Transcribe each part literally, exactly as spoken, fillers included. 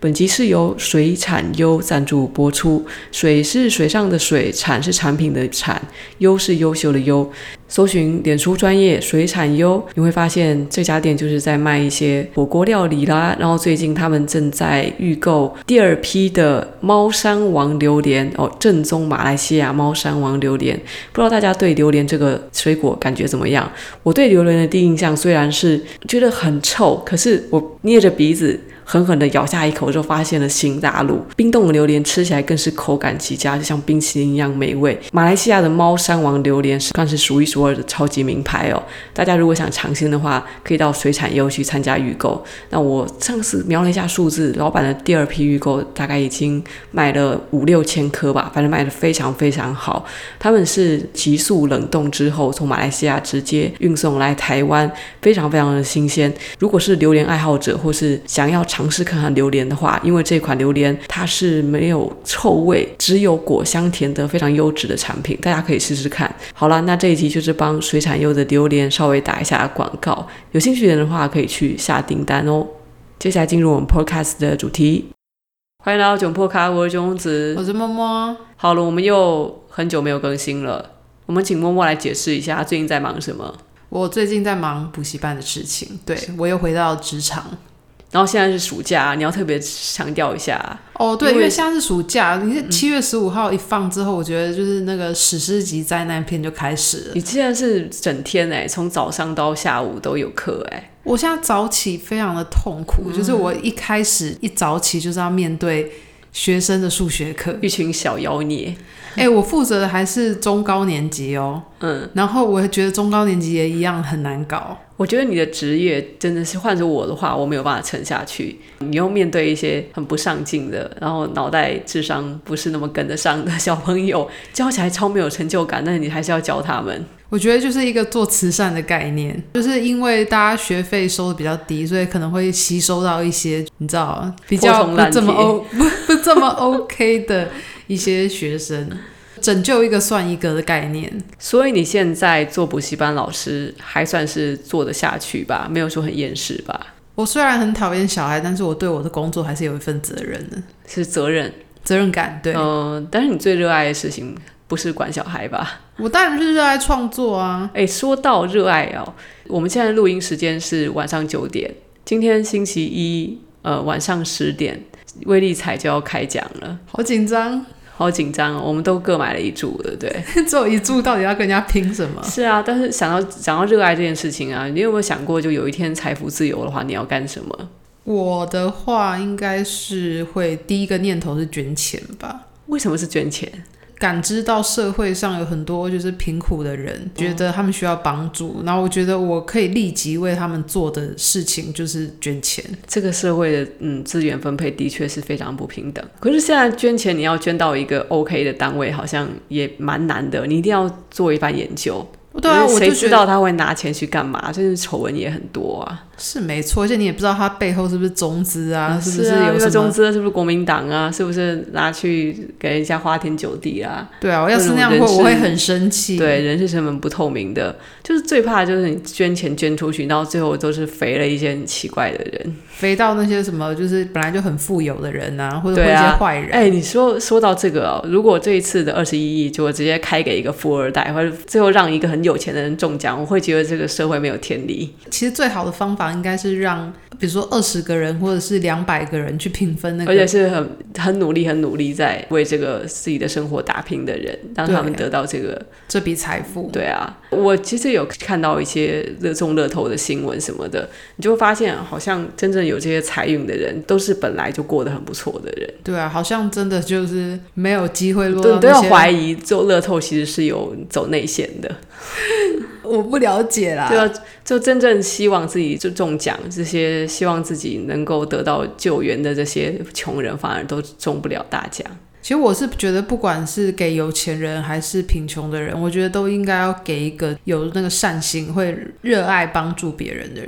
本集是由水产优赞助播出，水是水上的水，产是产品的产，优是优秀的优。搜寻脸书专业水产优，你会发现这家店就是在卖一些火锅料理啦，然后最近他们正在预购第二批的猫山王榴莲哦，正宗马来西亚猫山王榴莲。不知道大家对榴莲这个水果感觉怎么样？我对榴莲的第一印象虽然是觉得很臭，可是我捏着鼻子狠狠地咬下一口之后发现了新大陆。冰冻的榴莲吃起来更是口感极佳，就像冰淇淋一样美味。马来西亚的猫山王榴莲算是数一数二的超级名牌哦，大家如果想尝鲜的话可以到水产优去参加预购。那我上次瞄了一下数字，老板的第二批预购大概已经卖了五六千颗吧，反正卖得非常非常好。他们是急速冷冻之后从马来西亚直接运送来台湾，非常非常的新鲜。如果是榴莲爱好者或是想要尝试看看榴莲的话，因为这款榴莲它是没有臭味，只有果香甜的非常优质的产品，大家可以试试看。好啦，那这一集就是帮水产优的榴莲稍微打一下广告，有兴趣的人的话可以去下订单哦。接下来进入我们 podcast 的主题，欢迎来到囧破咖，我是囧子， 我是默默。 好了，我们又很久没有更新了，我们请默默来解释一下最近在忙什么。 我最近在忙补习班的事情，对，我又回到职场。 然后现在是暑假，你要特别强调一下哦。对，因为现在是暑假，你是七月十五号一放之后，我觉得就是那个史诗级灾难片就开始了。 你竟然是整天哎、欸，从早上到下午都有课哎、欸。 我现在早起非常的痛苦、嗯，就是我一开始一早起就是要面对学生的数学课， 一群小妖孽。 哎、欸，我负责的还是中高年级哦，嗯，然后我觉得中高年级也一样很难搞。 我觉得你的职业真的是换成我的话，我没有办法撑下去。你又面对一些很不上进的，然后脑袋智商不是那么跟得上的小朋友，教起来超没有成就感，但是你还是要教他们。 我觉得就是一个做慈善的概念，就是因为大家学费收的比较低，所以可能会吸收到一些你知道比较不这么 O 不不这么 OK 的一些学生。拯救一个算一个的概念。 所以你现在做补习班老师还算是做得下去吧，没有说很厌世吧？ 我虽然很讨厌小孩，但是我对我的工作还是有一份责任的。 是责任责任感，对。 嗯、呃，但是你最热爱的事情不是管小孩吧？ 我当然是热爱创作啊。 哎，说到热爱哦，我们现在录音时间是晚上九点，今天星期一呃晚上十点威力彩就要开讲了， 好紧张好紧张哦！我们都各买了一注，对不对？ 只有一注，到底要跟人家拼什么？ 是啊，但是想到想到热爱这件事情啊，你有没有想过，就有一天财富自由的话，你要干什么？ 我的话，应该是会第一个念头是捐钱吧。 为什么是捐钱？ 感知到社会上有很多就是贫苦的人，觉得他们需要帮助，然后我觉得我可以立即为他们做的事情就是捐钱。 这个社会的嗯资源分配的确是非常不平等，可是现在捐钱你要捐到一个 OK 的单位，好像也蛮难的，你一定要做一番研究。 对啊， 谁知道他会拿钱去干嘛？就是丑闻也很多啊。 是没错，而且你也不知道他背后是不是中资啊，是不是有什么中资，是不是国民党啊？是不是拿去给人家花天酒地啊？ 对啊，我要是那样会我会很生气。 对，人事成本不透明的，就是最怕的就是你捐钱捐出去，然后最后都是肥了一些很奇怪的人， 肥到那些什么就是本来就很富有的人啊，或者一些坏人。 哎、欸，你说说到这个哦，如果这一次的二十一亿就直接开给一个富二代，或者最后让一个很有钱的人中奖，我会觉得这个社会没有天理。 其实最好的方法应该是让，比如说二十个人或者是两百个人去平分那个， 而且是很很努力、很努力在为这个自己的生活打拼的人，让他们得到这个这笔财富。 对啊，我其实有看到一些中乐透的新闻什么的，你就会发现，好像真正有这些财运的人，都是本来就过得很不错的人。 对啊，好像真的就是没有机会落到那些，都要怀疑做乐透其实是有走内线的。 我不了解啦， 就就真正希望自己就中奖，这些希望自己能够得到救援的这些穷人，反而都中不了大奖。 其实我是觉得，不管是给有钱人还是贫穷的人，我觉得都应该要给一个有那个善心、会热爱帮助别人的人，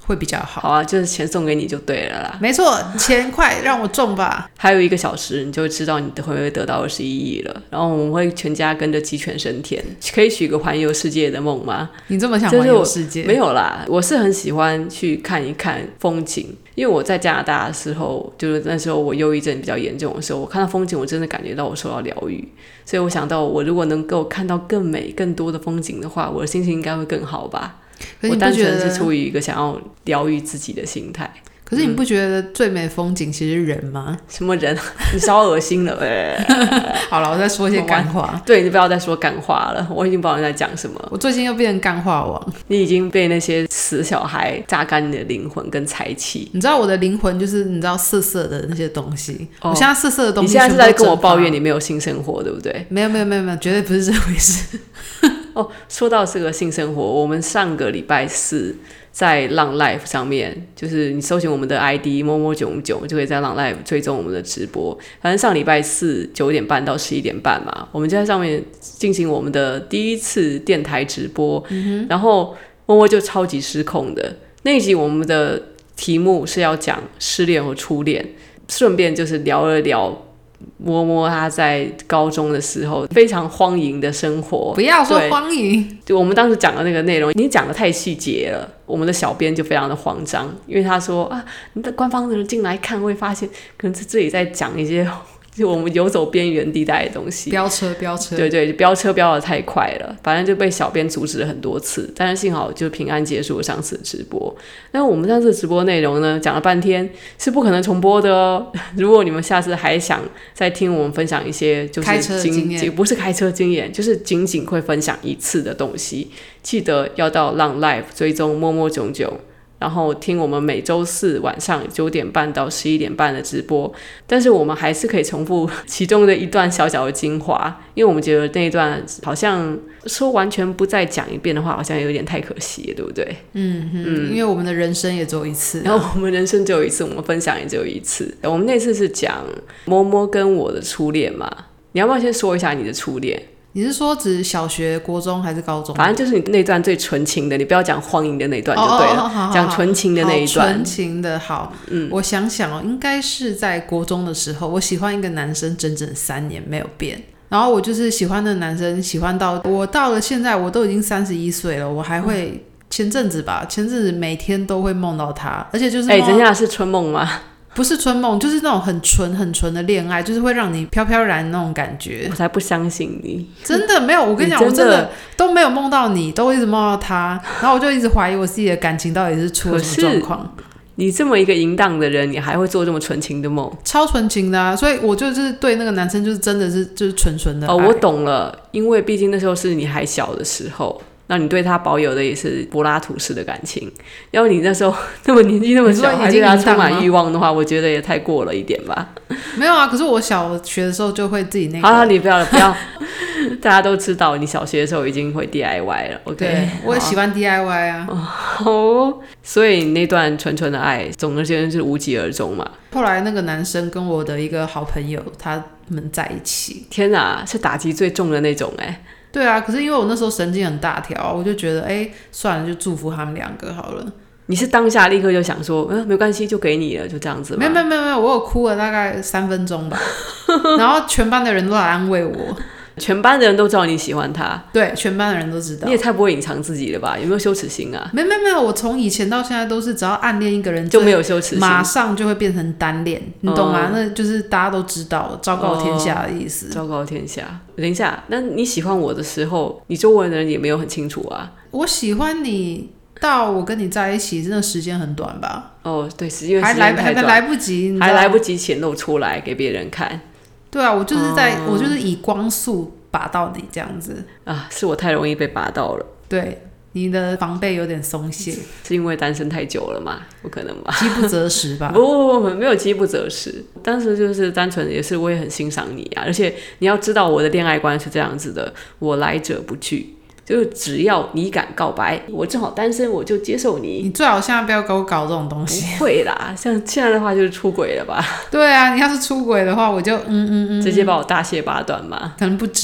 会比较好。 好啊，就是钱送给你就对了啦。 没错，钱快让我中吧。 还有一个小时，你就知道你会不会得到二十一亿了。然后我们会全家跟着鸡犬升天，可以许个环游世界的梦吗？ 你这么想环游世界？ 没有啦，我是很喜欢去看一看风景。因为我在加拿大的时候，就是那时候我忧郁症比较严重的时候，我看到风景，我真的感觉到我受到疗愈。所以我想到，我如果能够看到更美、更多的风景的话，我的心情应该会更好吧。 可是你不觉得， 我单纯是出于一个想要疗愈自己的心态。 可是你不觉得最美的风景其实是人吗？ 什么人？你超恶心了。 好了，我再说一些干话。 对，你不要再说干话了，我已经不知道你在讲什么。 我最近又变成干话王。 你已经被那些死小孩榨干你的灵魂跟才气。 你知道我的灵魂就是你知道色色的那些东西。哦、我现在色色的东西， 你现在是在跟我抱怨你没有性生活，对不对？ 没有没有没有没有，绝对不是这回事。 哦，说到这个性生活，我们上个礼拜四在浪 Life 上面，就是你搜寻我们的 I D 摸摸九五九，就可以在浪 Life 追踪我们的直播。反正上礼拜四九点半到十一点半嘛，我们就在上面进行我们的第一次电台直播。嗯、然后摸摸就超级失控的那一集，我们的题目是要讲失恋和初恋，顺便就是聊了聊摸摸他在高中的时候非常荒淫的生活。 不要说荒淫， 就我们当时讲的那个内容，你讲的太细节了，我们的小编就非常的慌张，因为他说啊，你的官方的人进来看会发现，可能是这里在讲一些就我们游走边缘地带的东西， 飙车飙车， 对对，飙车飙得太快了，反正就被小编阻止了很多次，但是幸好就平安结束了上次的直播。那我们上次的直播内容呢，讲了半天是不可能重播的哦。如果你们下次还想再听我们分享一些就是开车经验， 不是开车经验，就是仅仅会分享一次的东西，记得要到浪 Live 追踪摸摸囧囧，然后听我们每周四晚上九点半到十一点半的直播。但是我们还是可以重复其中的一段小小的精华，因为我们觉得那一段好像说完全不再讲一遍的话，好像有点太可惜了，对不对？ 嗯嗯，因为我们的人生也只有一次、啊， 然后我们人生只有一次，我们分享也只有一次。我们那次是讲摸摸跟我的初恋嘛，你要不要先说一下你的初恋？ 你是说指小学、国中还是高中？ 反正就是你那段最纯情的，你不要讲荒淫的那段就对了，讲纯情的那一段。 纯情的好，嗯，我想想哦，应该是在国中的时候，我喜欢一个男生整整三年没有变。然后我就是喜欢的男生，喜欢到我到了现在，我都已经三十一岁了，我还会、嗯、前阵子吧，前阵子每天都会梦到他，而且就是哎，等一下是春梦吗？ 不是春梦，就是那种很纯很纯的恋爱，就是会让你飘飘然那种感觉。 我才不相信你， 真的没有。我跟你讲，我真的都没有梦到你，都一直梦到他，然后我就一直怀疑我自己的感情到底是出了什么状况。 你这么一个淫荡的人，你还会做这么纯情的梦？ 超纯情的啊！所以我就是对那个男生就是真的是就是纯纯的爱。 哦，我懂了，因为毕竟那时候是你还小的时候。那你对他保有的也是柏拉图式的感情，要不你那时候那么年纪那么小，还对他充满欲望的话，我觉得也太过了一点吧。 没有啊，可是我小学的时候就会自己那个。 好，你不要了，不要，大家都知道你小学的时候已经会 D I Y 了。OK， 对，我也喜欢 D I Y 啊。 好、哦，所以那段纯纯的爱，总而言之是无疾而终嘛。 后来那个男生跟我的一个好朋友，他们在一起。 天哪，是打击最重的那种哎、欸。 对啊，可是因为我那时候神经很大条，我就觉得哎，算了，就祝福他们两个好了。 你是当下立刻就想说，嗯，没关系，就给你了，就这样子吗？ 没有没有没有没有，我有哭了大概三分钟吧，然后全班的人都来安慰我。 全班的人都知道你喜欢他， 对，全班的人都知道。 你也太不会隐藏自己了吧？有没有羞耻心啊？ 没没没有，我从以前到现在都是只要暗恋一个人就没有羞耻心， 马上就会变成单恋，你懂吗？嗯、那就是大家都知道，昭告天下的意思。 哦、昭告天下。等一下，那你喜欢我的时候，你周围的人也没有很清楚啊。 我喜欢你到我跟你在一起，真的时间很短吧？ 哦，对，因为时间太短，还来不及， 还来不及显露出来给别人看。 对啊，我就是在、嗯、我就是以光速拔到你这样子啊，是我太容易被拔到了。 对，你的防备有点松懈， 是因为单身太久了吗？不可能吧？ 饥不择食吧？ 不不不，没有饥不择食，当时就是单纯也是我也很欣赏你啊，而且你要知道我的恋爱观是这样子的，我来者不拒。就是只要你敢告白，我正好单身，我就接受你。 你最好现在不要给我搞这种东西。 不会啦，像现在的话就是出轨了吧？ 对啊，你要是出轨的话，我就嗯嗯嗯， 直接把我大卸八段嘛。 可能不止。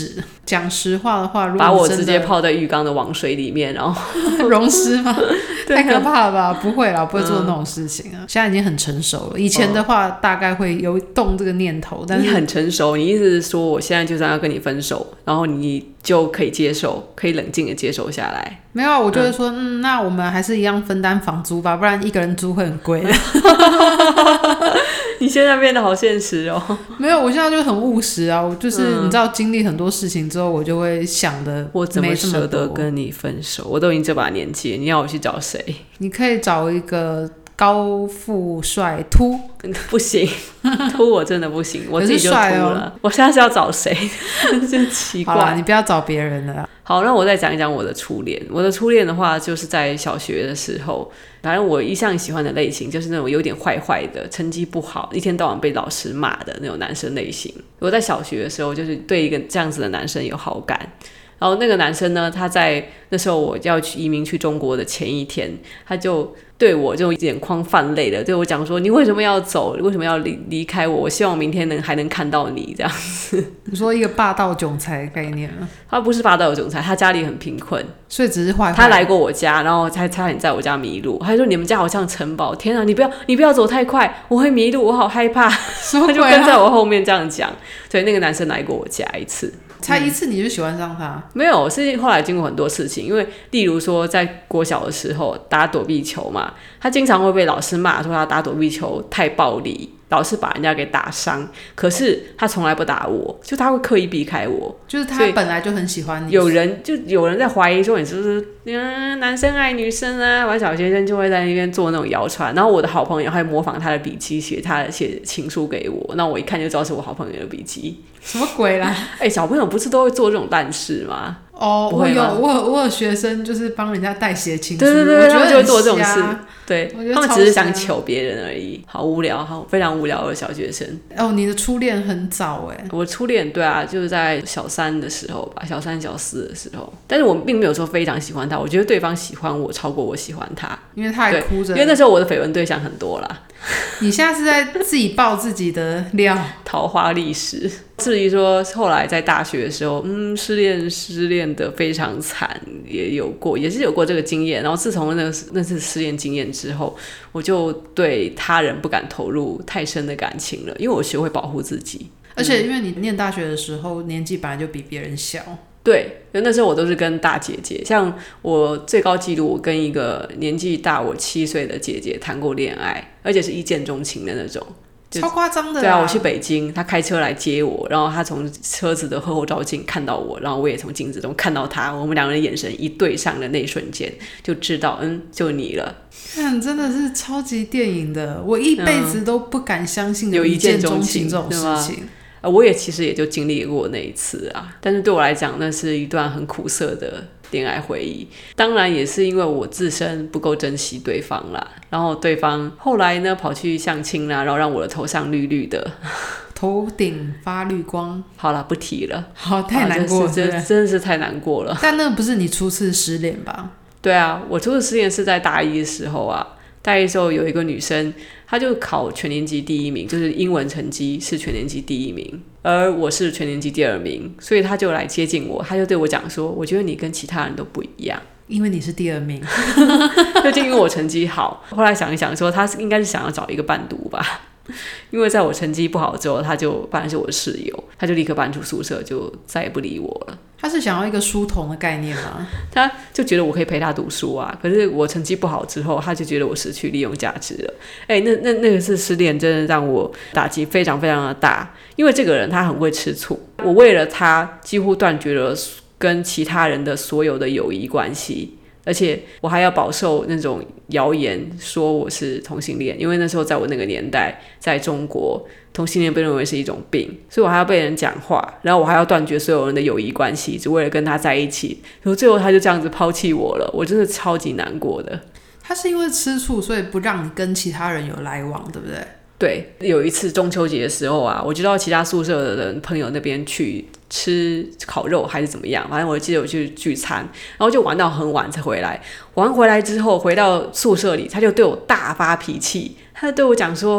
讲实话的话，如果把我直接泡在浴缸的王水里面，然后溶尸吗？太可怕了吧？不会啦，不会做那种事情啊。嗯、现在已经很成熟了，以前的话、哦、大概会有动这个念头，但是你很成熟，你意思是说我现在就算要跟你分手，然后你就可以接受，可以冷静的接受下来？ 没有啊，我就会说，嗯, 嗯，那我们还是一样分担房租吧，不然一个人租会很贵的。 你现在变得好现实哦。 没有，我现在就很务实啊，我就是、嗯、你知道经历很多事情之后，我就会想的， 我怎么舍得跟你分手？我都已经这把年纪了，你要我去找谁？你可以找一个高富帅秃。 不行，秃我真的不行，我自己就秃了。哦、我现在是要找谁？真奇怪。 好啦，你不要找别人了。 好，那我再讲一讲我的初恋。我的初恋的话，就是在小学的时候，反正我一向喜欢的类型就是那种有点坏坏的，成绩不好，一天到晚被老师骂的那种男生类型。我在小学的时候，就是对一个这样子的男生有好感。然后那个男生呢，他在那时候我要去移民去中国的前一天，他就对我就眼眶泛泪了，对我讲说：“你为什么要走？为什么要离离开我？我希望明天能还能看到你这样子。” 你说一个霸道总裁的概念啊？ 他不是霸道总裁，他家里很贫困， 所以只是坏坏。 他来过我家，然后才差点在我家迷路。他说：“你们家好像城堡，天啊，你不要你不要走太快，我会迷路，我好害怕。”他就跟在我后面这样讲。所以那个男生来过我家一次。 才一次你就喜欢上他？嗯、 没有，是后来经过很多事情，因为例如说在国小的时候打躲避球嘛，他经常会被老师骂说他打躲避球太暴力，老师把人家给打伤，可是他从来不打我，就他会刻意避开我， 就是他本来就很喜欢你。 有人就有人在怀疑说你是不是、嗯、男生爱女生啊，玩小学生就会在那边做那种谣传，然后我的好朋友还模仿他的笔记写他写情书给我，那我一看就知道是我好朋友的笔记。 什么鬼啦？ 哎、欸，小朋友不是都会做这种烂事吗？ 哦，我有我有我有学生就是帮人家代写情书， 对对对， 我觉得他们就会做这种事，对，他们只是想糗求别人而已，好无聊，好非常无聊的小学生。 哦，你的初恋很早哎？ 我初恋对啊，就是在小三的时候吧，小三小四的时候，但是我并没有说非常喜欢他，我觉得对方喜欢我超过我喜欢他， 因为他还哭着， 因为那时候我的绯闻对象很多啦。 你现在是在自己爆自己的料， 桃花历史。至于说后来在大学的时候，嗯，失恋失恋的非常惨，也有过，也是有过这个经验。然后自从那个那次失恋经验之后，我就对他人不敢投入太深的感情了，因为我学会保护自己。 而且因为你念大学的时候年纪本来就比别人小。 对，因为那时候我都是跟大姐姐，像我最高纪录，我跟一个年纪大我七岁的姐姐谈过恋爱，而且是一见钟情的那种， 超夸张的。 对啊，我去北京，她开车来接我，然后她从车子的后照镜看到我，然后我也从镜子中看到她，我们两个人眼神一对上的那一瞬间，就知道，嗯，就你了。 看，真的是超级电影的，我一辈子都不敢相信有一见钟情这种事情。 呃，我也其实也就经历过那一次啊，但是对我来讲，那是一段很苦涩的恋爱回忆。当然也是因为我自身不够珍惜对方啦，然后对方后来呢跑去相亲啦，然后让我的头上绿绿的， 头顶发绿光。 好了，不提了。 好，太难过了， 真真的是太难过了。 但那不是你初次失恋吧？ 对啊，我初次失恋是在大一的时候啊。大一的时候有一个女生，她就考全年级第一名，就是英文成绩是全年级第一名，而我是全年级第二名，所以她就来接近我，她就对我讲说，我觉得你跟其他人都不一样， 因为你是第二名。 就因为我成绩好。后来想一想说，她应该是想要找一个伴读吧，因为在我成绩不好之后，她就本来是我的室友，她就立刻搬出宿舍，就再也不理我了。 他是想要一个书童的概念吗？ 他就觉得我可以陪他读书啊，可是我成绩不好之后，他就觉得我失去利用价值了。哎、欸，那那那个次失恋真的让我打击非常非常的大，因为这个人他很会吃醋，我为了他几乎断绝了跟其他人的所有的友谊关系。而且我还要饱受那种谣言说我是同性恋，因为那时候在我那个年代，在中国同性恋被认为是一种病，所以我还要被人讲话，然后我还要断绝所有人的友谊关系，只为了跟他在一起。然后最后他就这样子抛弃我了，我真的超级难过的。 他是因为吃醋，所以不让你跟其他人有来往，对不对？ 对，有一次中秋节的时候啊，我就到其他宿舍的人朋友那边去吃烤肉还是怎么样，反正我记得我去聚餐，然后就玩到很晚才回来。玩回来之后回到宿舍里，他就对我大发脾气，他就对我讲说，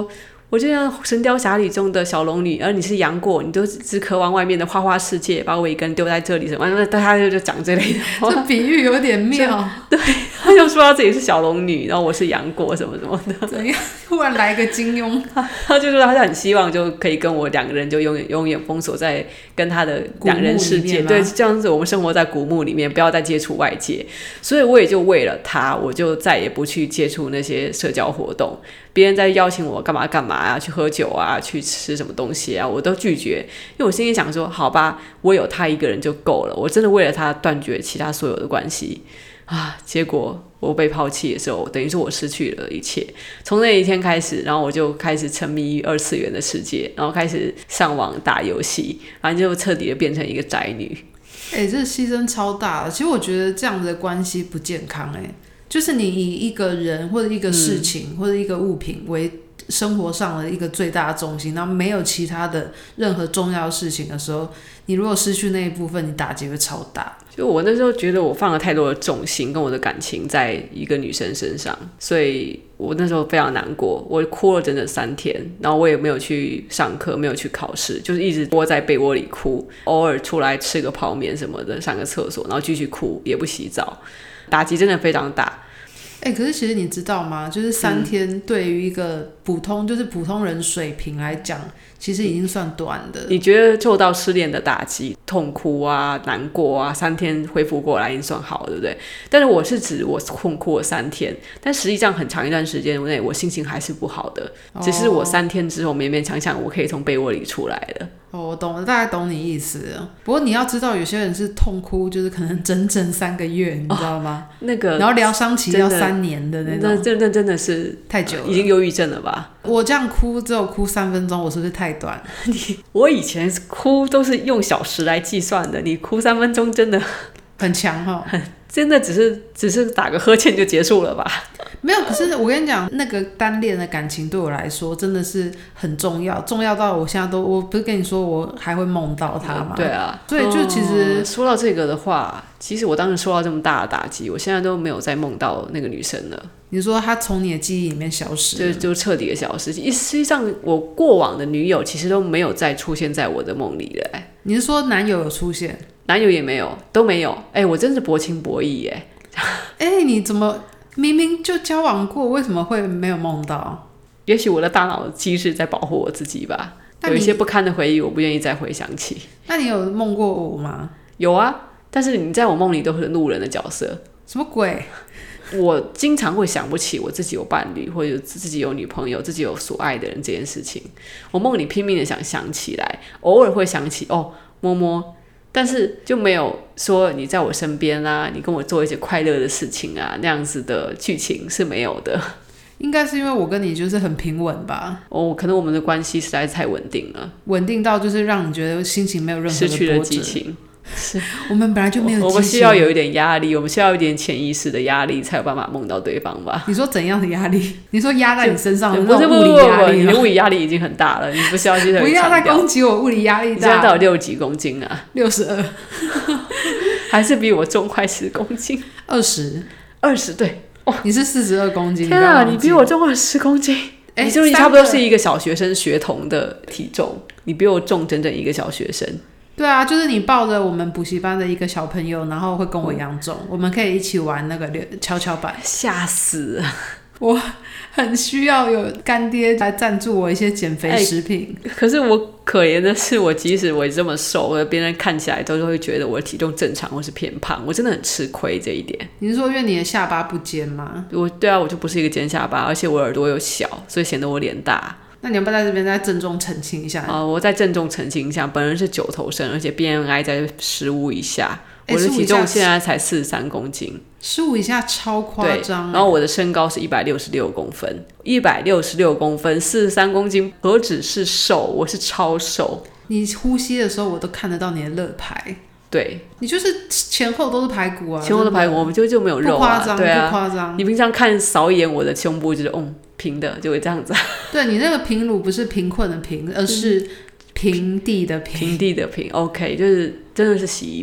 我就像神雕侠侣中的小龙女，而你是杨过，你都只渴望外面的花花世界，把我一个人丢在这里什么，那他就讲这类的话， 这比喻有点妙。 对，他就说他自己是小龙女，然后我是杨过什么什么的。 怎样？忽然来个金庸， 他就说他很希望就可以跟我两个人就永远永远封锁在跟他的两人世界，对，这样子我们生活在古墓里面，不要再接触外界。所以我也就为了他，我就再也不去接触那些社交活动。别人在邀请我干嘛干嘛啊，去喝酒啊，去吃什么东西啊，我都拒绝，因为我心里想说，好吧，我有他一个人就够了，我真的为了他断绝其他所有的关系啊。结果我被抛弃的时候，等于说我失去了一切。从那一天开始，然后我就开始沉迷于二次元的世界，然后开始上网打游戏，反正就彻底的变成一个宅女。 哎、欸，这牺牲超大的。其实我觉得这样的关系不健康、欸。哎，就是你以一个人或者一个事情、嗯、或者一个物品为生活上的一个最大的重心，然后没有其他的任何重要的事情的时候，你如果失去那一部分，你打击会超大。 就我那时候觉得我放了太多的重心跟我的感情在一个女生身上，所以我那时候非常难过，我哭了整整三天，然后我也没有去上课，没有去考试，就是一直窝在被窝里哭，偶尔出来吃个泡面什么的，上个厕所，然后继续哭，也不洗澡，打击真的非常大。 哎、欸，可是其实你知道吗？就是三天对于一个普通、嗯、就是普通人水平来讲，其实已经算短的。 你觉得受到失恋的打击，痛哭啊、难过啊，三天恢复过来已经算好，对不对？但是我是指我痛哭了三天，但实际上很长一段时间内，我心情还是不好的。哦、只是我三天之后勉勉强强我可以从被窝里出来了。 哦，我懂了，大概懂你意思了。不过你要知道，有些人是痛哭，就是可能整整三个月，你知道吗？哦、那个，然后疗伤期要三年的那种， 那真的真的是太久了， 已经忧郁症了吧？ 我这样哭只有哭三分钟，我是不是太短？ 你我以前哭都是用小时来计算的，你哭三分钟真的很强哈、哦， 真的只是只是打个呵欠就结束了吧？ 没有，可是我跟你讲，那个单恋的感情对我来说真的是很重要，重要到我现在都，我不是跟你说我还会梦到他吗？ 嗯、对啊， 所以就其实、 嗯、说到这个的话，其实我当时受到这么大的打击，我现在都没有再梦到那个女生了。 你说她从你的记忆里面消失了， 就就彻底的消失。实际上，我过往的女友其实都没有再出现在我的梦里了、欸。 你是说男友有出现？ 男友也没有，都没有。哎、欸，我真是薄情薄义耶、 欸。哎、欸，你怎么？明明就交往过，为什么会没有梦到？ 也许我的大脑机制在保护我自己吧。有一些不堪的回忆，我不愿意再回想起。 那你有梦过我吗？ 有啊，但是你在我梦里都是路人的角色。 什么鬼？ 我经常会想不起我自己有伴侣，或者自己有女朋友，自己有所爱的人这件事情。我梦里拼命的想想起来，偶尔会想起哦，摸摸。但是就没有说你在我身边啊，你跟我做一些快乐的事情啊，那样子的剧情是没有的。 应该是因为我跟你就是很平稳吧？ 哦，可能我们的关系实在是太稳定了， 稳定到就是让你觉得心情没有任何的波折， 失去了激情。 是我们本来就没有激情， 我们需要有一点压力，我们需要一点潜意识的压力，才有办法梦到对方吧？ 你说怎样的压力？你说压在你身上的那种物理压力？ 你的物理压力已经很大了，你不需要去不要再攻击我物理压力大。 你现在到底六几公斤啊？ 六十二， 还是比我重快十公斤？ 二十， 二十对。哦， 你是四十二公斤。 天啊，你比我重二十公斤。欸、你就差不多是一个小学生学童的体重，你比我重整整一个小学生。 对啊，就是你抱着我们补习班的一个小朋友，然后会跟我一样重、嗯、我们可以一起玩那个跷跷板。 吓死了， 我很需要有干爹来赞助我一些减肥食品、 欸、可是我可怜的是，我即使我这么瘦，别人看起来都会觉得我的体重正常或是偏胖，我真的很吃亏这一点。 你是说因为你的下巴不尖吗？ 我对啊，我就不是一个尖下巴，而且我耳朵又小，所以显得我脸大。 那你要不要在这边再郑重澄清一下？ 呃、我再郑重澄清一下，本人是九头身，而且 B M I 在十五以下，我的体重现在才四十三公斤， 十五以下超夸张。 然后我的身高是一百六十六公分，一百六十六公分，四十三公斤，何止是瘦，我是超瘦。 你呼吸的时候，我都看得到你的肋排。 对， 你就是前后都是排骨啊， 前后的排骨，我们就就没有肉啊， 不夸张， 对啊， 不夸张。 你平常看扫一眼我的胸部，就是嗯平的，就会这样子。 对，你那个平乳不是贫困的贫，而是平地的平， 平地的平。OK， 就是真的是洗衣板。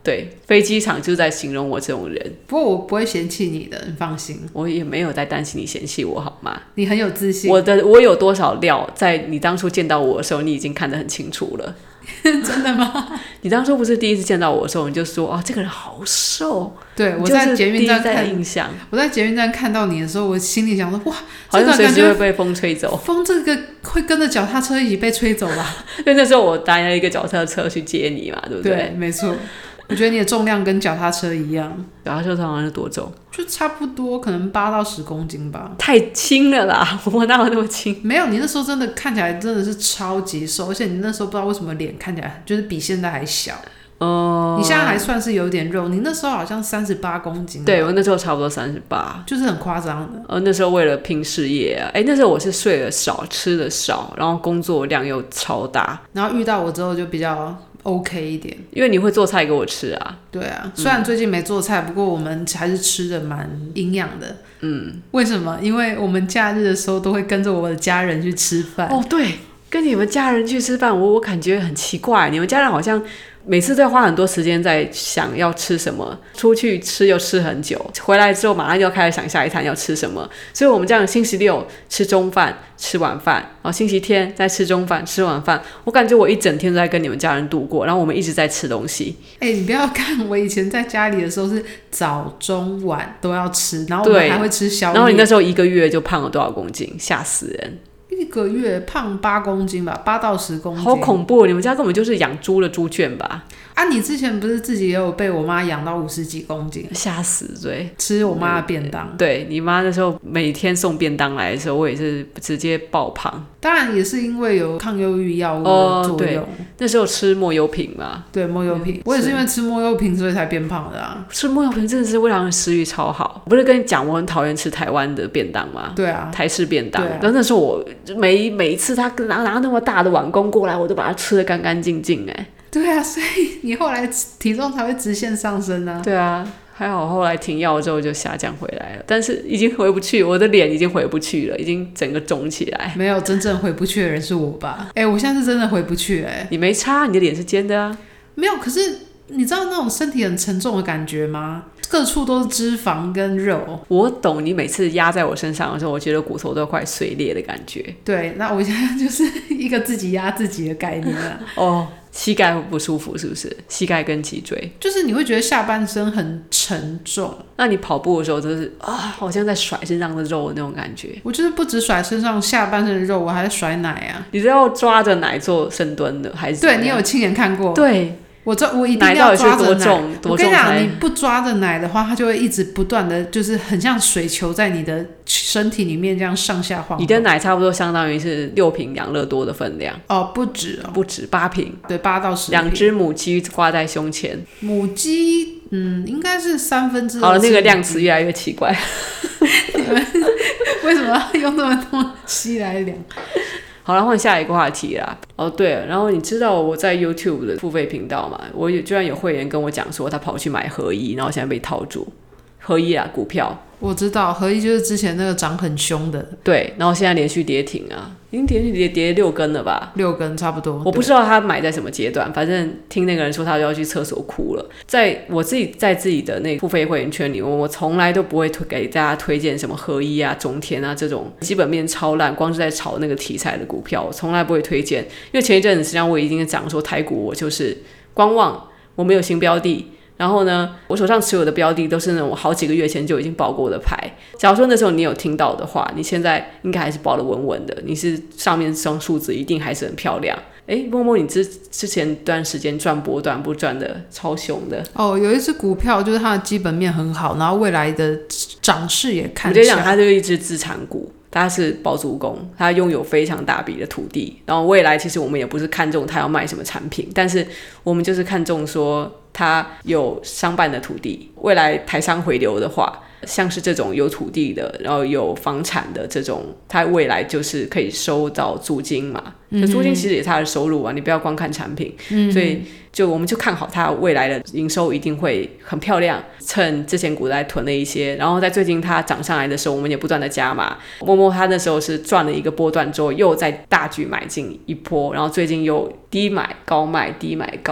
对，飞机场就是在形容我这种人。 不过我不会嫌弃你的，你放心。 我也没有在担心你嫌弃我，好吗？ 你很有自信。 我的我有多少料，在你当初见到我的时候，你已经看得很清楚了。 真的吗？ 你当初不是第一次见到我的时候，你就说哦，这个人好瘦。 对，我在捷运站看印象， 我在捷运站看到你的时候，我心里想说哇， 好像随时会被风吹走。 风这个会跟着脚踏车一起被吹走吧？ 因为那时候我搭了一个脚踏车去接你嘛，对不对？ 对，没错。我觉得你的重量跟脚踏车一样。 脚踏车通常是多重？ 就差不多，可能八到十公斤吧。 太轻了啦！我哪有那么轻？ 没有，你那时候真的看起来真的是超级瘦，而且你那时候不知道为什么脸看起来就是比现在还小。哦、uh, 你现在还算是有点肉，你那时候好像三十八公斤。 对，我那时候差不多三十八， 就是很夸张的。 呃，那时候为了拼事业啊，哎，那时候我是睡得少，吃得少，然后工作量又超大， 然后遇到我之后就比较 OK 一点， 因为你会做菜给我吃啊。 对啊，虽然最近没做菜，嗯、不过我们还是吃的蛮营养的。嗯，为什么？因为我们假日的时候都会跟着我的家人去吃饭。 哦，对，跟你们家人去吃饭，我我感觉很奇怪，你们家人好像每次都要花很多时间在想要吃什么，出去吃又吃很久，回来之后马上就要开始想下一餐要吃什么。所以我们这样星期六吃中饭吃晚饭，然后星期天再吃中饭吃晚饭，我感觉我一整天都在跟你们家人度过，然后我们一直在吃东西。 哎、欸，你不要看我以前在家里的时候是早中晚都要吃，然后我们还会吃宵夜。 然后你那时候一个月就胖了多少公斤？吓死人！ 一个月胖八公斤吧，八到十公斤， 好恐怖！你们家根本就是养猪的猪圈吧？ 啊，你之前不是自己也有被我妈养到五十几公斤， 吓死！对， 吃我妈的便当。 对，你妈那时候每天送便当来的时候，我也是直接爆胖。 当然也是因为有抗忧郁药物的作用。 哦、那时候吃莫优品嘛， 对，莫优品、嗯，我也是因为吃莫优品所以才变胖的啊。 吃莫优品真的是会让人食欲超好。我不是跟你讲我很讨厌吃台湾的便当吗？ 对啊， 台式便当。然后、啊、那时候我每每一次他拿拿那么大的碗公过来，我都把它吃得干干净净哎。 对啊，所以你后来体重才会直线上升啊。 对啊，还好后来停药之后就下降回来了，但是已经回不去，我的脸已经回不去了，已经整个肿起来。 没有，真正回不去的人是我吧？哎、欸，我现在是真的回不去哎、欸。 你没差，你的脸是尖的啊。 没有，可是你知道那种身体很沉重的感觉吗？各处都是脂肪跟肉。 我懂，你每次压在我身上的时候，我觉得骨头都快碎裂的感觉。 对，那我现在就是一个自己压自己的概念啊。 哦，膝盖会不舒服是不是？膝盖跟脊椎， 就是你会觉得下半身很沉重。 那你跑步的时候就是啊，好像在甩身上的肉的那种感觉。 我就是不只甩身上下半身的肉，我还在甩奶啊。 你是要抓着奶做深蹲的还是？ 对，你有亲眼看过？ 对。 我这我一定要抓着奶， 奶到底是多重多重？ 我跟你讲，你不抓着奶的话，它就会一直不断的，就是很像水球在你的身体里面这样上下晃。 你的奶差不多相当于是六瓶养乐多的分量哦，不止哦， 不止八瓶， 对，八到十瓶。 两只母鸡挂在胸前， 母鸡嗯，应该是三分之。 好了，那个量词越来越奇怪。 你们为什么要用那么多鸡来量？ 好了，换下一个话题啦。哦，对了，然后你知道我在 YouTube 的付费频道嘛？我居然有会员跟我讲说，他跑去买合一，然后现在被套住。合一啊，股票。 我知道，合一就是之前那个涨很凶的。 对，然后现在连续跌停啊，已经连续跌跌六根了吧？ 六根差不多。 我不知道他买在什么阶段，反正听那个人说他就要去厕所哭了。在我自己在自己的那付费会员圈里，我从来都不会推给大家推荐什么合一啊、中天啊这种基本面超烂，光是在炒那个题材的股票，我从来不会推荐。因为前一阵子实际上我已经讲说台股我就是观望，我没有新标的。然后呢，我手上持有的标的都是那种好几个月前就已经报过的牌。假如说那时候你有听到的话，你现在应该还是报得稳稳的，你是上面双数字一定还是很漂亮。诶，摸摸你之之前一段时间赚波段不赚的超凶的哦，有一只股票就是它的基本面很好，然后未来的涨势也看起来， 我就讲它就是一只资产股。他是包租公，他拥有非常大笔的土地，然后未来其实我们也不是看中他要卖什么产品，但是我们就是看中说他有商办的土地，未来台商回流的话，像是这种有土地的，然后有房产的这种，他未来就是可以收到租金嘛，嗯、租金其实也是他的收入啊，你不要光看产品，嗯、所以就我们就看好他未来的营收一定会很漂亮，趁之前股灾囤了一些，然后在最近它涨上来的时候，我们也不断的加码。默默他那时候是赚了一个波段之后，又再大举买进一波，然后最近又低买高卖，低买高。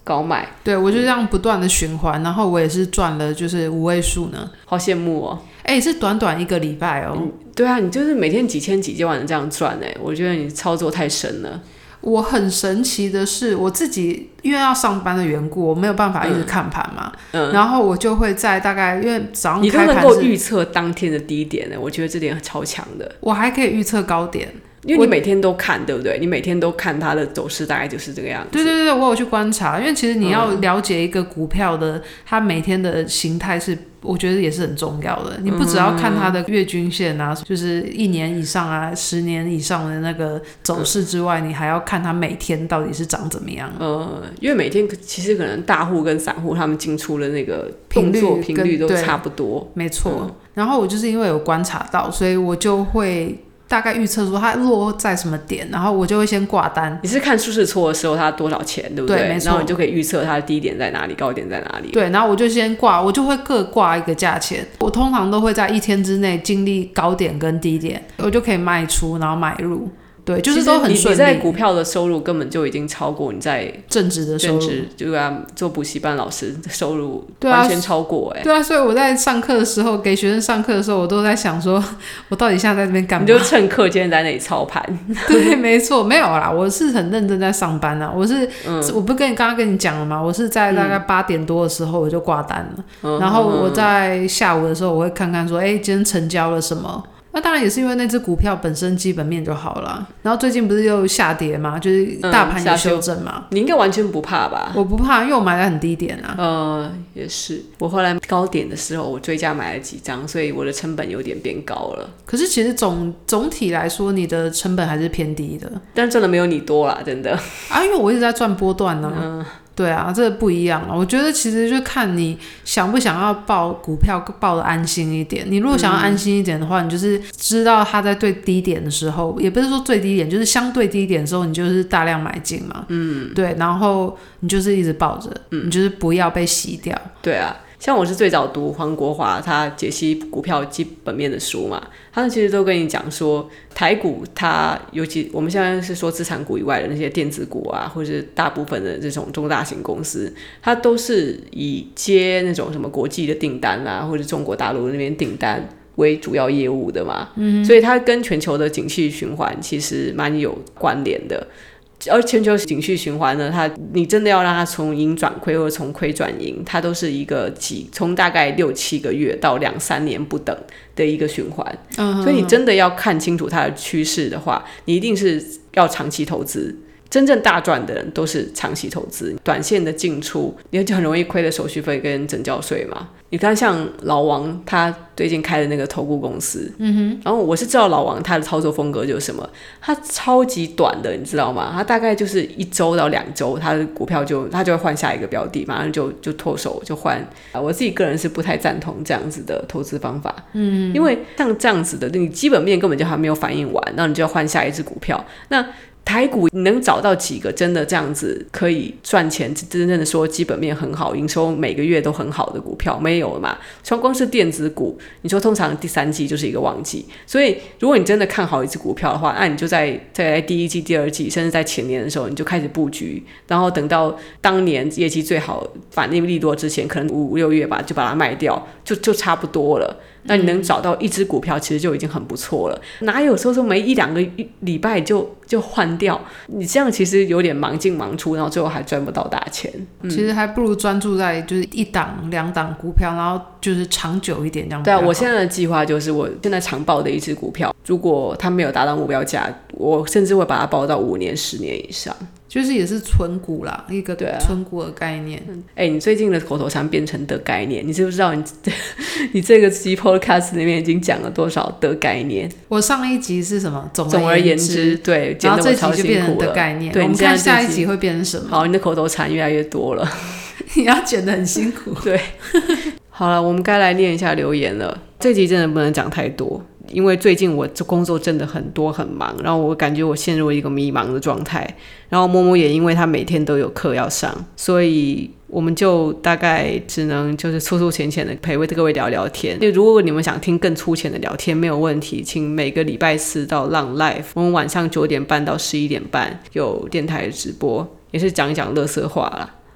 高买。 对，我就这样不断的循环，然后我也是赚了就是五位数呢。 好羡慕哦。 哎、欸，是短短一个礼拜哦、 嗯。对啊，你就是每天几千几千万的这样赚哎，我觉得你操作太神了。 我很神奇的是，我自己因为要上班的缘故，我没有办法一直看盘嘛、嗯嗯，然后我就会在大概因为早上开盘是， 你都能够预测当天的低点呢，我觉得这点超强的。 我还可以预测高点。 因为你每天都看，对不对？你每天都看它的走势，大概就是这个样子。 对对对，我有去观察，因为其实你要了解一个股票的、嗯、它每天的形态是，我觉得也是很重要的。你不只要看它的月均线啊，就是一年以上啊、十年以上的那个走势之外，嗯、你还要看它每天到底是长怎么样。 呃，因为每天其实可能大户跟散户他们进出的那个动作频率都差不多， 没错、嗯。然后我就是因为有观察到，所以我就会大概预测说它落在什么点，然后我就会先挂单。 你是看数字错的时候它多少钱，对不对？ 对，没错。 然后你就可以预测它的低点在哪里，高点在哪里。 对，然后我就先挂，我就会各挂一个价钱。我通常都会在一天之内经历高点跟低点，我就可以卖出，然后买入。对，就是都很顺利。 你在股票的收入根本就已经超过你在正职的收入， 正职就啊做补习班老师的收入完全超过哎、欸。 对啊，所以我在上课的时候，给学生上课的时候，我都在想说，我到底现在在这边干嘛？ 你就趁课间在那里操盘。 对，没错，没有啦，我是很认真在上班啊。我是，嗯、我不跟你刚刚跟你讲了吗？我是在大概八点多的时候我就挂单了、嗯，然后我在下午的时候我会看看说，哎、欸，今天成交了什么。那当然也是因为那只股票本身基本面就好了，然后最近不是又下跌嘛，就是大盘也修正嘛、嗯。 你应该完全不怕吧？ 我不怕，因为我买在很低点啊。 呃，也是，我后来高点的时候，我追加买了几张，所以我的成本有点变高了。 可是其实总总体来说，你的成本还是偏低的， 但赚的没有你多啦，真的啊，因为我一直在赚波段呢、啊。嗯。对啊，这个不一样了。我觉得其实就看你想不想要抱股票，抱的安心一点。你如果想要安心一点的话，嗯、你就是知道它在最低点的时候，也不是说最低点，就是相对低点的时候，你就是大量买进嘛。嗯，对，然后你就是一直抱着、嗯，你就是不要被洗掉。 对啊。像我是最早读黄国华他解析股票基本面的书嘛，他其实都跟你讲说，台股它尤其我们现在是说资产股以外的那些电子股啊，或者是大部分的这种中大型公司，它都是以接那种什么国际的订单啊，或者中国大陆那边订单为主要业务的嘛，嗯，所以它跟全球的景气循环其实蛮有关联的。而全球景气循环呢，它你真的要让它从盈转亏或者从亏转盈，它都是一个几从大概六七个月到两三年不等的一个循环。嗯，所以你真的要看清楚它的趋势的话，你一定是要长期投资。真正大赚的人都是长期投资，短线的进出你就很容易亏了手续费跟证交税嘛。你看像老王他最近开的那个投顾公司，嗯哼，然后我是知道老王他的操作风格就是什么，他超级短的你知道吗？他大概就是一周到两周他的股票就他就会换下一个标的，马上就就脱手就换。我自己个人是不太赞同这样子的投资方法，嗯，因为像这样子的你基本面根本就还没有反应完，然后你就要换下一只股票，那台股你能找到几个真的这样子可以赚钱，真正的说基本面很好，营收每个月都很好的股票没有嘛？像光是电子股，你说通常第三季就是一个旺季，所以如果你真的看好一只股票的话，那你就在在第一季、第二季，甚至在前年的时候你就开始布局，然后等到当年业绩最好、反应利多之前，可能五六月吧，就把它卖掉，就就差不多了。那你能找到一只股票其实就已经很不错了，哪有说说没一两个礼拜就就换掉，你这样其实有点忙进忙出，然后最后还赚不到大钱、嗯、 其实还不如专注在就是一档两档股票，然后就是长久一点这样。 对啊，我现在的计划就是我现在常报的一只股票，如果它没有达到目标价，我甚至会把它报到五年十年以上， 就是也是存股啦，一个存股的概念。 哎、欸，你最近的口头禅变成的概念，你知不知道你你这个集 podcast 里面已经讲了多少的概念？ 我上一集是什么？总总而言之，对， 然后这集就变成的概念。对，我们看下一集会变成什么？ 好，你的口头禅越来越多了， 你要剪得很辛苦。 对，好了，我们该来念一下留言了。这集真的不能讲太多，因为最近我工作真的很多很忙，然后我感觉我陷入一个迷茫的状态，然后默默也因为他每天都有课要上，所以我们就大概只能就是粗粗浅浅的陪各位聊聊天。如果你们想听更粗浅的聊天没有问题，请每个礼拜四到浪 Live， 我们晚上九点半到十一点半有电台的直播，也是讲一讲垃圾话啦。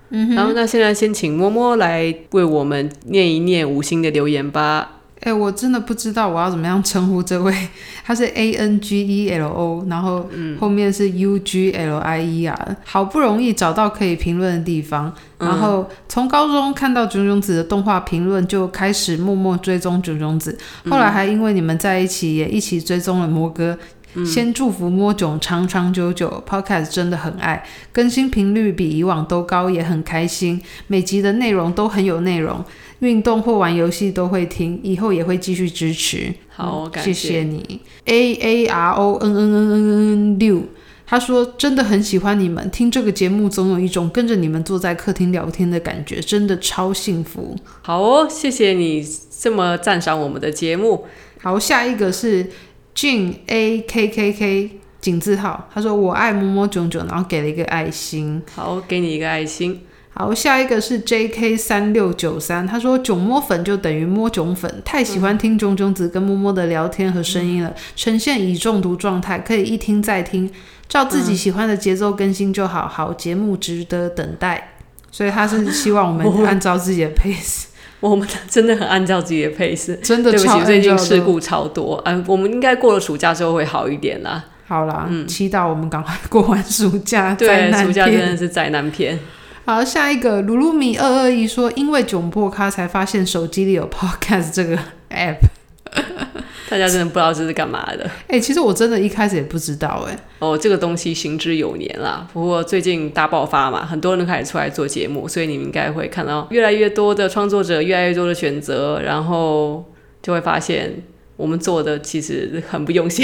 嗯，然后那现在先请摸摸来为我们念一念五星的留言吧。 哎、欸，我真的不知道我要怎么样称呼这位，他是 A N G E L O， 然后后面是 U G L I E 啊，好不容易找到可以评论的地方，然后从高中看到炯炯子的动画评论，就开始默默追踪炯炯子，后来还因为你们在一起，也一起追踪了魔哥。先祝福摸囧长长久久 Podcast 真的很爱，更新频率比以往都高，也很开心，每集的内容都很有内容，运动或玩游戏都会听，以后也会继续支持。 好、嗯、感谢谢谢你。 A A R O N N N N N 六，他说真的很喜欢你们，听这个节目总有一种跟着你们坐在客厅聊天的感觉，真的超幸福。 好哦，谢谢你这么赞赏我们的节目。 好，下一个是Jin A K K K 井字号，他说我爱摸摸囧囧，然后给了一个爱心。 好，给你一个爱心。 好，下一个是 J K 三六九三，他说囧摸粉就等于摸囧粉，太喜欢听囧囧子跟摸摸的聊天和声音了、嗯、呈现已中毒状态，可以一听再听，照自己喜欢的节奏更新就好，好节目值得等待。所以他是希望我们按照自己的 pace。 我们真的很按照自己的 pace， 真的对不起，最近事故超超多、啊、我们应该过了暑假之后会好一点啦。 好啦、嗯、祈祷我们赶快过完暑假。 对，暑假真的是灾难片。 好，下一个鲁鲁米二二一说，因为囧破咖才发现手机里有 podcast 这个 app。 大家真的不知道这是干嘛的。 哎、欸，其实我真的一开始也不知道哎、欸。 哦，这个东西行之有年啦，不过最近大爆发嘛，很多人都开始出来做节目，所以你们应该会看到越来越多的创作者，越来越多的选择，然后就会发现我们做的其实很不用心。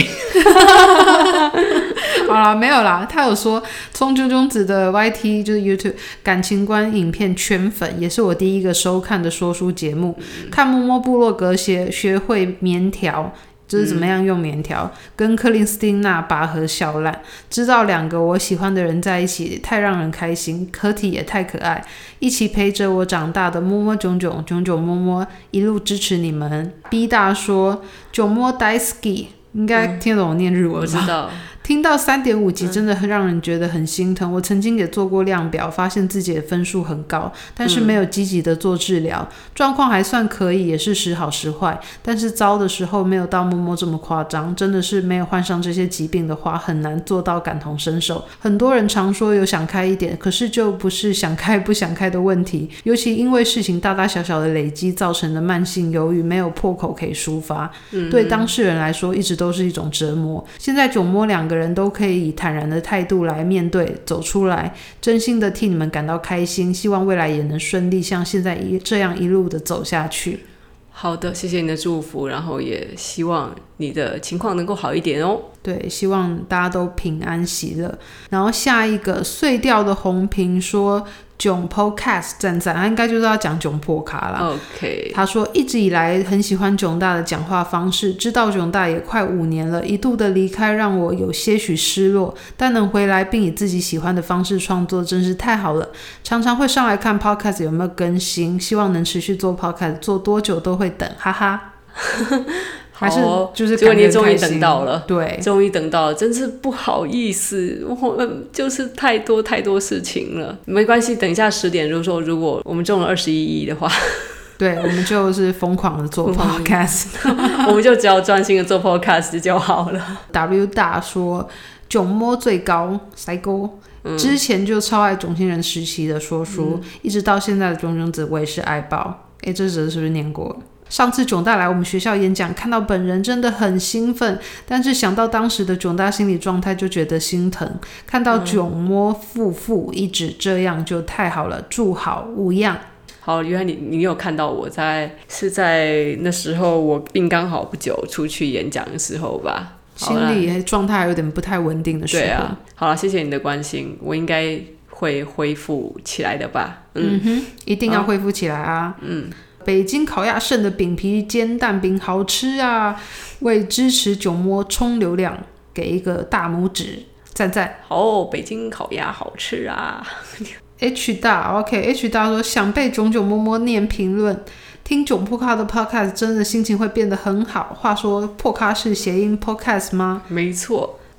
好啦，没有啦，他有说从炯炯子的 Y T 就是 YouTube 感情观影片圈粉，也是我第一个收看的说书节目、嗯、看摸摸部落格学学会棉条，就是怎么样用棉条、嗯、跟克林斯汀娜拔河笑烂，知道两个我喜欢的人在一起太让人开心，可体也太可爱，一起陪着我长大的摸摸囧囧囧囧摸摸，一路支持你们。 B 大说囧摸大好き，应该听懂我念日文吧、嗯、我知道。 听到 三点五 集真的很让人觉得很心疼、嗯、我曾经也做过量表，发现自己的分数很高，但是没有积极的做治疗、嗯、状况还算可以，也是时好时坏，但是糟的时候没有到摸摸这么夸张，真的是没有患上这些疾病的话很难做到感同身受。很多人常说有想开一点，可是就不是想开不想开的问题，尤其因为事情大大小小的累积造成的慢性忧郁没有破口可以抒发、嗯、对当事人来说一直都是一种折磨。现在囧摸两个人都可以以坦然的态度来面对走出来，真心的替你们感到开心，希望未来也能顺利像现在这样一路的走下去。 好的，谢谢你的祝福，然后也希望你的情况能够好一点哦。 对，希望大家都平安喜乐。然后下一个碎掉的红屏说囧 Podcast 赞赞，他应该就是要讲囧破卡啦。 OK， 他说一直以来很喜欢囧大的讲话方式，知道囧大也快五年了，一度的离开让我有些许失落，但能回来并以自己喜欢的方式创作真是太好了。常常会上来看 Podcast 有没有更新，希望能持续做 Podcast， 做多久都会等，哈哈。还是就是结果你终于等到了， 对， 终于等到了，真是不好意思，我们就是太多太多事情了。没关系，等一下十点，如果说如果我们中了二十一亿的话， 对，我们就是疯狂的做 podcast， 我们就只要专心的做 podcast 就好了。 W 大说囧摸最高塞沟。嗯、之前就超爱囧星人时期的说书、嗯、一直到现在的囧囧子我也是爱爆。诶，这则是不是念过？上次囧大来我们学校演讲，看到本人真的很兴奋，但是想到当时的囧大心理状态就觉得心疼。看到囧摸夫妇一直这样就太好了，祝好无恙。 好，原来你你有看到我在是在那时候我病刚好不久出去演讲的时候吧， 心理状态有点不太稳定的时候。 对啊，好了，谢谢你的关心，我应该会恢复起来的吧。 嗯, 嗯哼，一定要恢复起来啊。嗯，北京烤鸭剩的饼皮煎蛋饼好吃啊，为支持囧摸冲流量给一个大拇指，赞赞。 哦，北京烤鸭好吃啊。 H 大 OK H 大说想被囧囧摸摸念评论，听囧破咖的 podcast 真的心情会变得很好。话说破咖是谐音 podcast 吗？ 没错。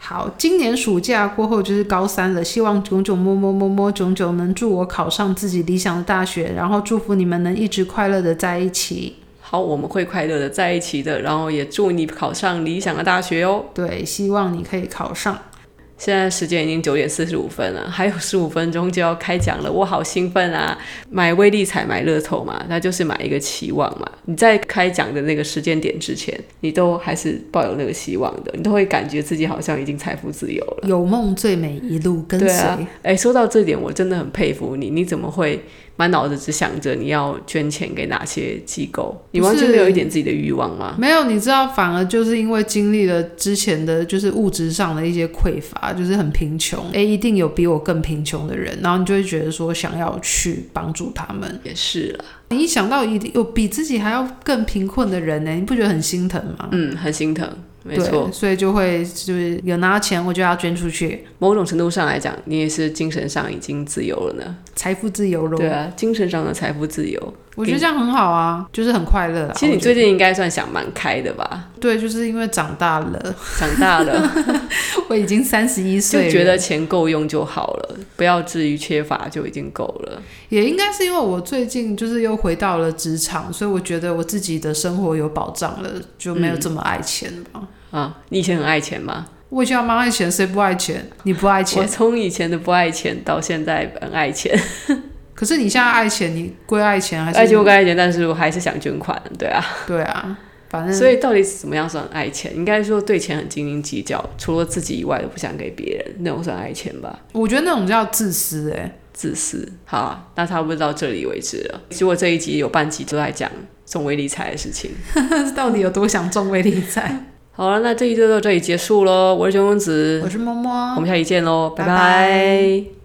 好，今年暑假过后就是高三了，希望炯炯摸摸摸摸炯炯能祝我考上自己理想的大学，然后祝福你们能一直快乐的在一起。 好，我们会快乐的在一起的，然后也祝你考上理想的大学哦。 对，希望你可以考上。 现在时间已经九点四十五分了，还有十五分钟就要开奖了，我好兴奋啊！买威力彩买乐透嘛，那就是买一个期望嘛。你在开奖的那个时间点之前，你都还是抱有那个希望的，你都会感觉自己好像已经财富自由了。 有梦最美，一路跟随。对啊， 哎，说到这点，我真的很佩服你，你怎么会满脑子只想着你要捐钱给哪些机构？你完全没有一点自己的欲望吗？ 没有，你知道，反而就是因为经历了之前的就是物质上的一些匮乏，就是很贫穷，哎，一定有比我更贫穷的人，然后你就会觉得说想要去帮助他们。 也是啦， 你一想到一定有比自己还要更贫困的人呢，你不觉得很心疼吗？ 嗯，很心疼。没错， 所以就会就是有拿到钱我就要捐出去。 某种程度上来讲，你也是精神上已经自由了呢， 财富自由了。 对啊，精神上的财富自由， 我觉得这样很好啊，就是很快乐啊。 其实你最近应该算想蛮开的吧？ 对，就是因为长大了， 长大了， 我已经三十一岁了， 就觉得钱够用就好了，不要至于缺乏就已经够了。 也应该是因为我最近就是又回到了职场，所以我觉得我自己的生活有保障了，就没有这么爱钱吧。嗯啊，你以前很爱钱吗？ 我以前蛮爱钱，谁不爱钱？你不爱钱？ 我从以前的不爱钱到现在很爱钱。 可是你现在爱钱，你归爱钱还是？ 爱钱我归爱钱，但是我还是想捐款，对啊。 对啊，反正所以到底怎么样算爱钱？应该说对钱很斤斤计较，除了自己以外都不想给别人，那种算爱钱吧？ 我觉得那种叫自私哎、欸， 自私。好啊，那差不多到这里为止了。结果这一集有半集都在讲中微理财的事情， 到底有多想中微理财？ 好了，那这一集就到这里结束咯。我是熊公子， 我是摸摸， 我们下期见咯，拜拜。 拜拜。